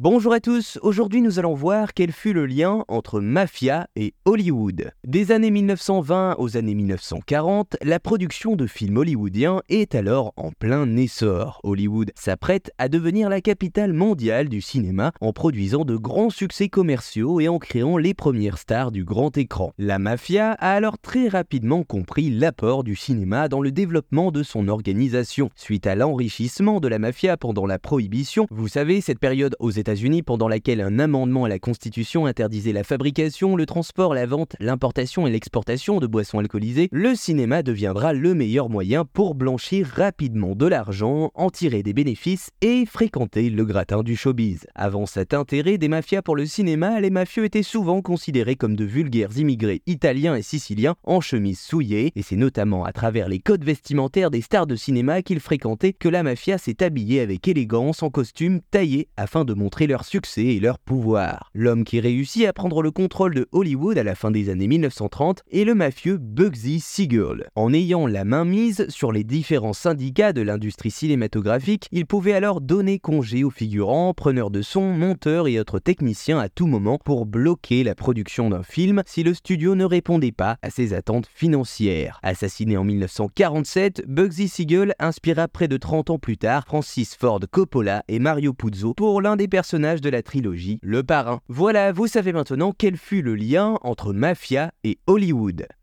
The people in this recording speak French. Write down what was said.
Bonjour à tous, aujourd'hui nous allons voir quel fut le lien entre mafia et Hollywood. Des années 1920 aux années 1940, la production de films hollywoodiens est alors en plein essor. Hollywood s'apprête à devenir la capitale mondiale du cinéma en produisant de grands succès commerciaux et en créant les premières stars du grand écran. La mafia a alors très rapidement compris l'apport du cinéma dans le développement de son organisation. Suite à l'enrichissement de la mafia pendant la Prohibition, vous savez, cette période aux États-Unis pendant laquelle un amendement à la Constitution interdisait la fabrication, le transport, la vente, l'importation et l'exportation de boissons alcoolisées, le cinéma deviendra le meilleur moyen pour blanchir rapidement de l'argent, en tirer des bénéfices et fréquenter le gratin du showbiz. Avant cet intérêt des mafias pour le cinéma, les mafieux étaient souvent considérés comme de vulgaires immigrés italiens et siciliens en chemise souillée, et c'est notamment à travers les codes vestimentaires des stars de cinéma qu'ils fréquentaient que la mafia s'est habillée avec élégance en costume taillé afin de montrer leur succès et leur pouvoir. L'homme qui réussit à prendre le contrôle de Hollywood à la fin des années 1930 est le mafieux Bugsy Siegel. En ayant la main mise sur les différents syndicats de l'industrie cinématographique, il pouvait alors donner congé aux figurants, preneurs de son, monteurs et autres techniciens à tout moment pour bloquer la production d'un film si le studio ne répondait pas à ses attentes financières. Assassiné en 1947, Bugsy Siegel inspira près de 30 ans plus tard Francis Ford Coppola et Mario Puzo pour l'un des personnages de la trilogie Le Parrain. Voilà, vous savez maintenant quel fut le lien entre mafia et Hollywood.